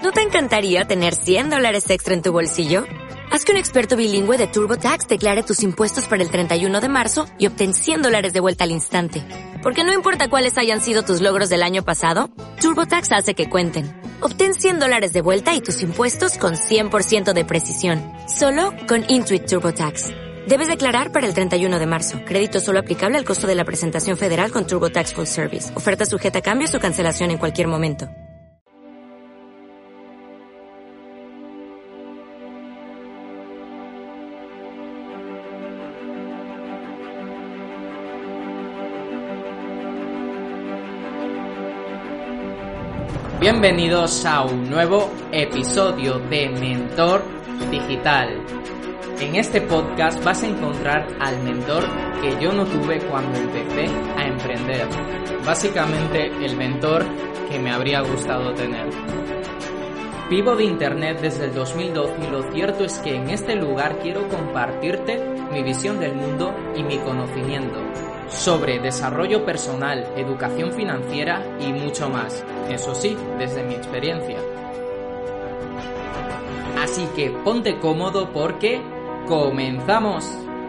¿No te encantaría tener $100 extra en tu bolsillo? Haz que un experto bilingüe de TurboTax declare tus impuestos para el 31 de marzo y obtén $100 de vuelta al instante. Porque no importa cuáles hayan sido tus logros del año pasado, TurboTax hace que cuenten. Obtén $100 de vuelta y tus impuestos con 100% de precisión. Solo con Intuit TurboTax. Debes declarar para el 31 de marzo. Crédito solo aplicable al costo de la presentación federal con TurboTax Full Service. Oferta sujeta a cambios o cancelación en cualquier momento. Bienvenidos a un nuevo episodio de Mentor Digital. En este podcast vas a encontrar al mentor que yo no tuve cuando empecé a emprender. Básicamente el mentor que me habría gustado tener. Vivo de internet desde el 2012 y lo cierto es que en este lugar quiero compartirte mi visión del mundo y mi conocimiento sobre desarrollo personal, educación financiera y mucho más. Eso sí, desde mi experiencia. Así que ponte cómodo porque ¡comenzamos!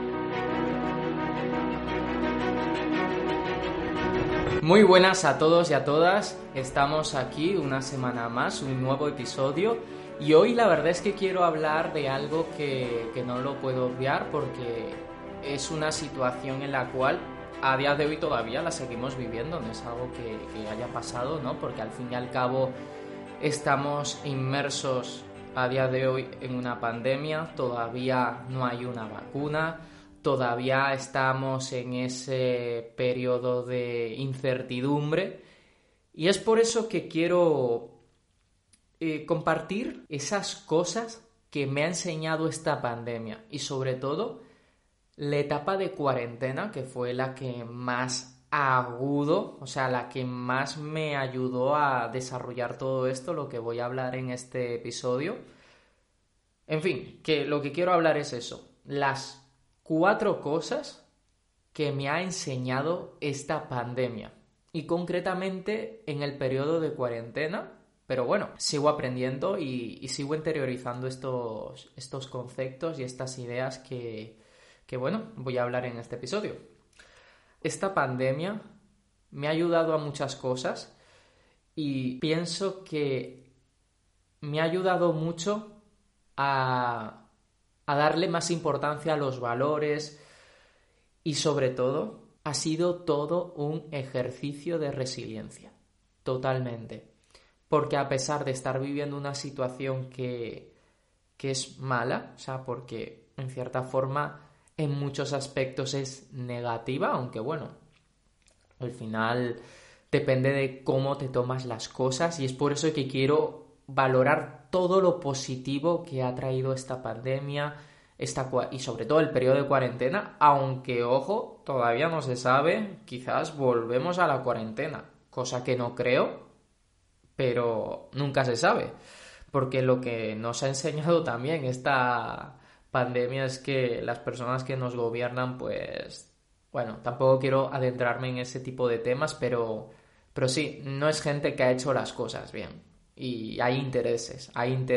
Muy buenas a todos y a todas. Estamos aquí una semana más, un nuevo episodio. Y hoy la verdad es que quiero hablar de algo que no lo puedo obviar porque es una situación en la cual a día de hoy todavía la seguimos viviendo, no es algo que haya pasado, ¿no? Porque al fin y al cabo estamos inmersos a día de hoy en una pandemia, todavía no hay una vacuna, todavía estamos en ese periodo de incertidumbre y es por eso que quiero compartir esas cosas que me ha enseñado esta pandemia y sobre todo la etapa de cuarentena, que fue la que más agudo, o sea, la que más me ayudó a desarrollar todo esto, lo que voy a hablar en este episodio. En fin, que lo que quiero hablar es eso, las 4 cosas que me ha enseñado esta pandemia. Y concretamente en el periodo de cuarentena, pero bueno, sigo aprendiendo y sigo interiorizando estos conceptos y estas ideas que bueno, voy a hablar en este episodio. Esta pandemia me ha ayudado a muchas cosas y pienso que me ha ayudado mucho a darle más importancia a los valores y sobre todo ha sido todo un ejercicio de resiliencia, totalmente. Porque a pesar de estar viviendo una situación que es mala, o sea, porque en cierta forma en muchos aspectos es negativa, aunque bueno, al final depende de cómo te tomas las cosas y es por eso que quiero valorar todo lo positivo que ha traído esta pandemia y sobre todo el periodo de cuarentena, aunque ojo, todavía no se sabe, quizás volvemos a la cuarentena, cosa que no creo, pero nunca se sabe, porque lo que nos ha enseñado también esta pandemia es que las personas que nos gobiernan, pues, bueno, tampoco quiero adentrarme en ese tipo de temas, pero sí, no es gente que ha hecho las cosas bien. Y hay intereses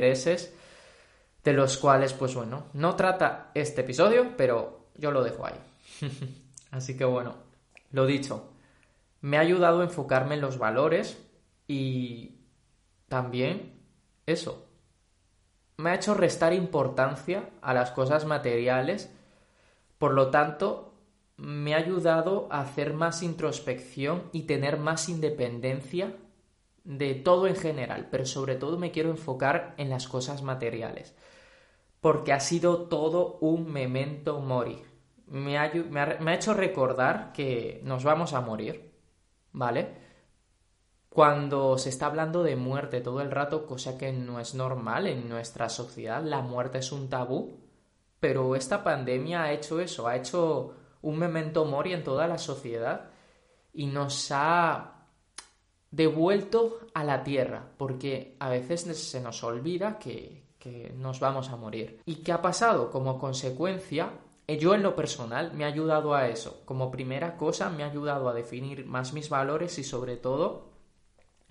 de los cuales, pues bueno, no trata este episodio, pero yo lo dejo ahí. Así que bueno, lo dicho, me ha ayudado a enfocarme en los valores y también eso. Me ha hecho restar importancia a las cosas materiales, por lo tanto, me ha ayudado a hacer más introspección y tener más independencia de todo en general, pero sobre todo me quiero enfocar en las cosas materiales, porque ha sido todo un memento mori. Me ha hecho recordar que nos vamos a morir, ¿vale? Cuando se está hablando de muerte todo el rato, cosa que no es normal en nuestra sociedad, la muerte es un tabú, pero esta pandemia ha hecho eso, ha hecho un memento mori en toda la sociedad y nos ha devuelto a la tierra, porque a veces se nos olvida que nos vamos a morir. ¿Y qué ha pasado? Como consecuencia, yo en lo personal me ha ayudado a eso. Como primera cosa me ha ayudado a definir más mis valores y sobre todo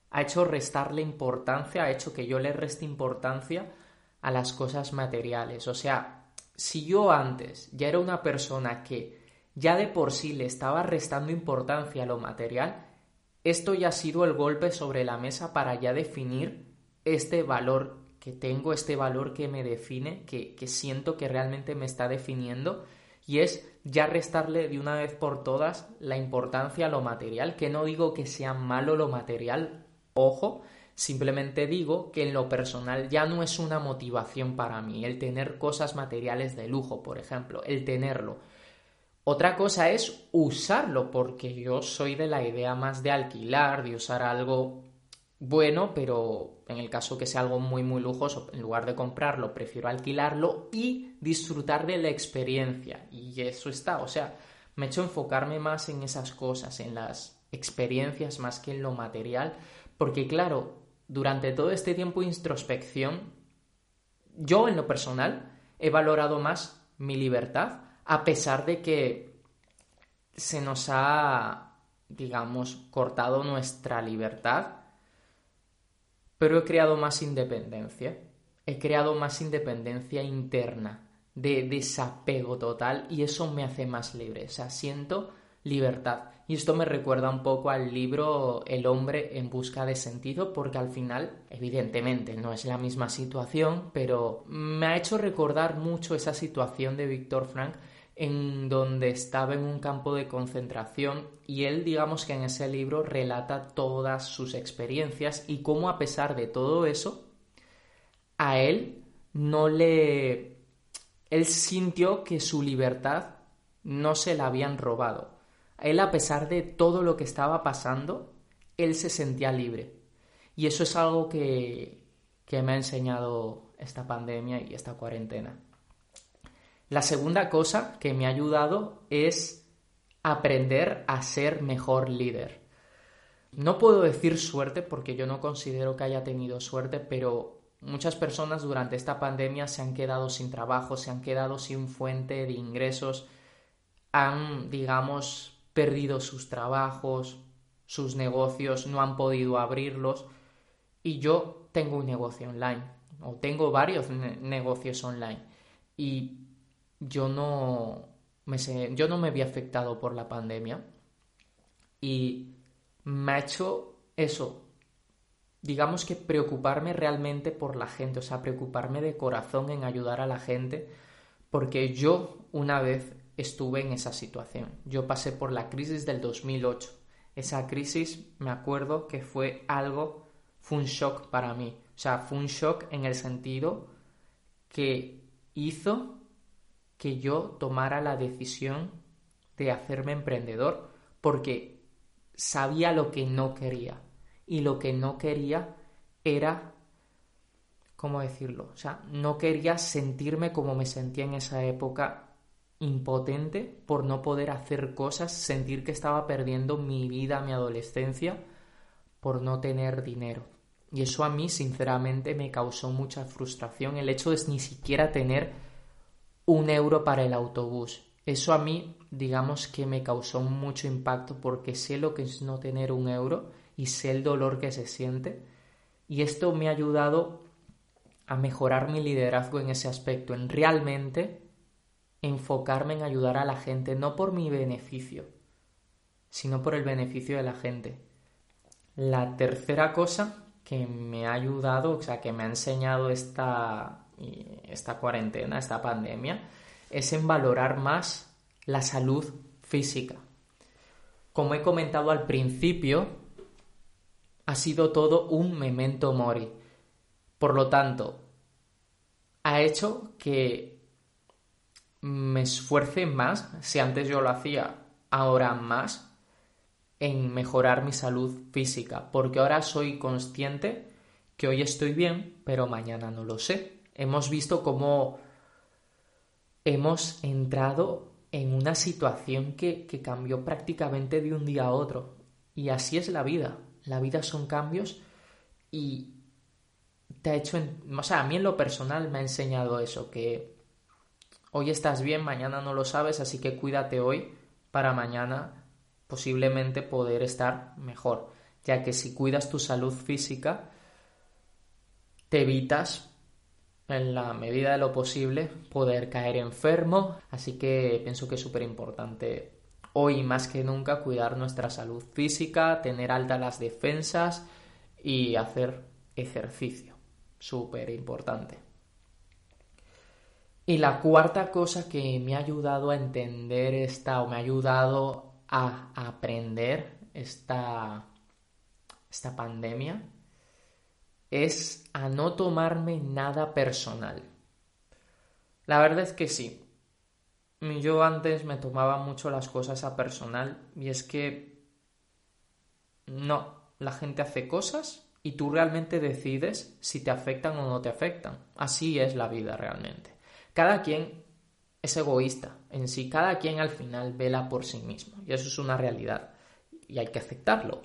ha hecho restarle importancia, ha hecho que yo le reste importancia a las cosas materiales. O sea, si yo antes ya era una persona que ya de por sí le estaba restando importancia a lo material, esto ya ha sido el golpe sobre la mesa para ya definir este valor que tengo, este valor que me define, que siento que realmente me está definiendo, y es ya restarle de una vez por todas la importancia a lo material, que no digo que sea malo lo material, ojo, simplemente digo que en lo personal ya no es una motivación para mí el tener cosas materiales de lujo, por ejemplo, el tenerlo. Otra cosa es usarlo, porque yo soy de la idea más de alquilar, de usar algo bueno, pero en el caso que sea algo muy muy lujoso, en lugar de comprarlo, prefiero alquilarlo y disfrutar de la experiencia. Y eso está, o sea, me he hecho enfocarme más en esas cosas, en las experiencias más que en lo material, porque claro, durante todo este tiempo de introspección, yo en lo personal he valorado más mi libertad, a pesar de que se nos ha, digamos, cortado nuestra libertad, pero he creado más independencia. He creado más independencia interna, de desapego total, y eso me hace más libre. O sea, siento libertad. Y esto me recuerda un poco al libro El hombre en busca de sentido, porque al final, evidentemente, no es la misma situación, pero me ha hecho recordar mucho esa situación de Viktor Frankl, en donde estaba en un campo de concentración, y él, digamos que en ese libro relata todas sus experiencias y cómo, a pesar de todo eso, a él no le... Él sintió que su libertad no se la habían robado. Él, a pesar de todo lo que estaba pasando, él se sentía libre. Y eso es algo que me ha enseñado esta pandemia y esta cuarentena. La segunda cosa que me ha ayudado es aprender a ser mejor líder. No puedo decir suerte, porque yo no considero que haya tenido suerte, pero muchas personas durante esta pandemia se han quedado sin trabajo, se han quedado sin fuente de ingresos, han, digamos, perdido sus trabajos, sus negocios, no han podido abrirlos. Y yo tengo un negocio online, o tengo varios negocios online, y yo no me vi afectado por la pandemia, y me ha hecho eso, digamos que preocuparme realmente por la gente, o sea, preocuparme de corazón en ayudar a la gente, porque yo una vez estuve en esa situación. Yo pasé por la crisis del 2008. Esa crisis, me acuerdo que fue un shock para mí. O sea, fue un shock en el sentido que hizo que yo tomara la decisión de hacerme emprendedor, porque sabía lo que no quería. Y lo que no quería era, ¿cómo decirlo? O sea, no quería sentirme como me sentía en esa época, impotente por no poder hacer cosas, sentir que estaba perdiendo mi vida, mi adolescencia, por no tener dinero. Y eso a mí, sinceramente, me causó mucha frustración, el hecho de ni siquiera tener 1 euro para el autobús. Eso a mí, digamos que me causó mucho impacto, porque sé lo que es no tener 1 euro y sé el dolor que se siente. Y esto me ha ayudado a mejorar mi liderazgo en ese aspecto, en realmente enfocarme en ayudar a la gente, no por mi beneficio, sino por el beneficio de la gente. La tercera cosa que me ha ayudado, o sea, que me ha enseñado esta cuarentena, esta pandemia, es en valorar más la salud física. Como he comentado al principio, ha sido todo un memento mori. Por lo tanto, ha hecho que me esfuerce más, si antes yo lo hacía, ahora más, en mejorar mi salud física, porque ahora soy consciente que hoy estoy bien, pero mañana no lo sé. Hemos visto cómo hemos entrado en una situación que cambió prácticamente de un día a otro, y así es la vida. La vida son cambios, y te ha hecho, o sea, a mí en lo personal me ha enseñado eso, que hoy estás bien, mañana no lo sabes, así que cuídate hoy para mañana posiblemente poder estar mejor. ya que si cuidas tu salud física, te evitas, en la medida de lo posible, poder caer enfermo. Así que pienso que es súper importante hoy más que nunca cuidar nuestra salud física, tener altas las defensas y hacer ejercicio. Súper importante. Y la cuarta cosa que me ha ayudado a entender o me ha ayudado a aprender esta pandemia es a no tomarme nada personal. La verdad es que sí. Yo antes me tomaba mucho las cosas a personal y es que no, la gente hace cosas y tú realmente decides si te afectan o no te afectan. Así es la vida realmente. Cada quien es egoísta en sí, cada quien al final vela por sí mismo y eso es una realidad y hay que aceptarlo.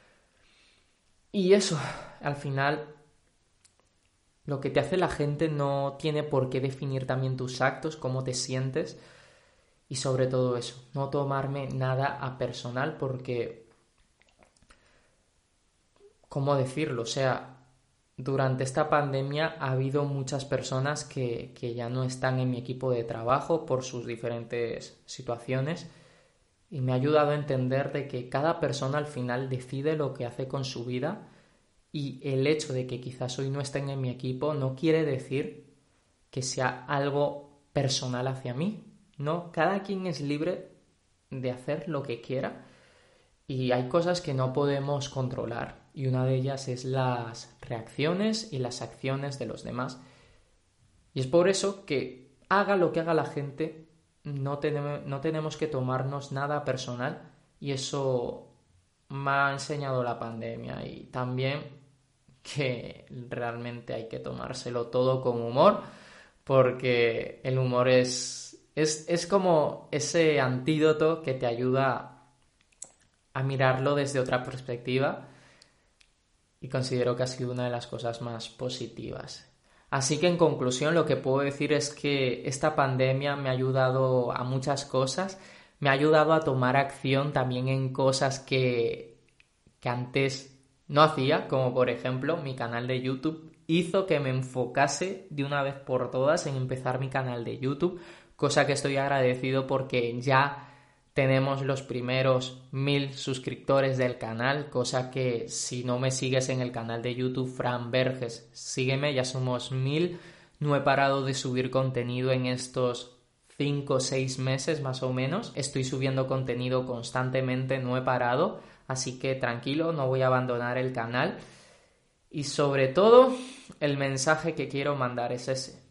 Y eso, al final, lo que te hace la gente no tiene por qué definir también tus actos, cómo te sientes y sobre todo eso, no tomarme nada a personal porque, ¿cómo decirlo? O sea, durante esta pandemia ha habido muchas personas que ya no están en mi equipo de trabajo por sus diferentes situaciones y me ha ayudado a entender de que cada persona al final decide lo que hace con su vida y el hecho de que quizás hoy no estén en mi equipo no quiere decir que sea algo personal hacia mí, ¿no? Cada quien es libre de hacer lo que quiera y hay cosas que no podemos controlar y una de ellas es las reacciones y las acciones de los demás. Y es por eso que haga lo que haga la gente, no tenemos que tomarnos nada personal y eso me ha enseñado la pandemia y también que realmente hay que tomárselo todo con humor porque el humor es como ese antídoto que te ayuda a mirarlo desde otra perspectiva y considero que ha sido una de las cosas más positivas. Así que en conclusión lo que puedo decir es que esta pandemia me ha ayudado a muchas cosas, me ha ayudado a tomar acción también en cosas que antes no hacía, como por ejemplo mi canal de YouTube hizo que me enfocase de una vez por todas en empezar mi canal de YouTube, cosa que estoy agradecido porque ya tenemos los primeros 1000 suscriptores del canal, cosa que si no me sigues en el canal de YouTube Fran Verges, sígueme, ya somos 1000. No he parado de subir contenido en estos 5 o 6 meses más o menos. Estoy subiendo contenido constantemente, no he parado, así que tranquilo, no voy a abandonar el canal. Y sobre todo, el mensaje que quiero mandar es ese.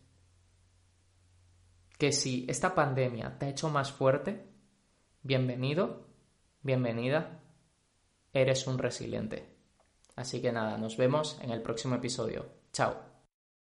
Que si esta pandemia te ha hecho más fuerte, bienvenido, bienvenida, eres un resiliente. Así que nada, nos vemos en el próximo episodio. Chao.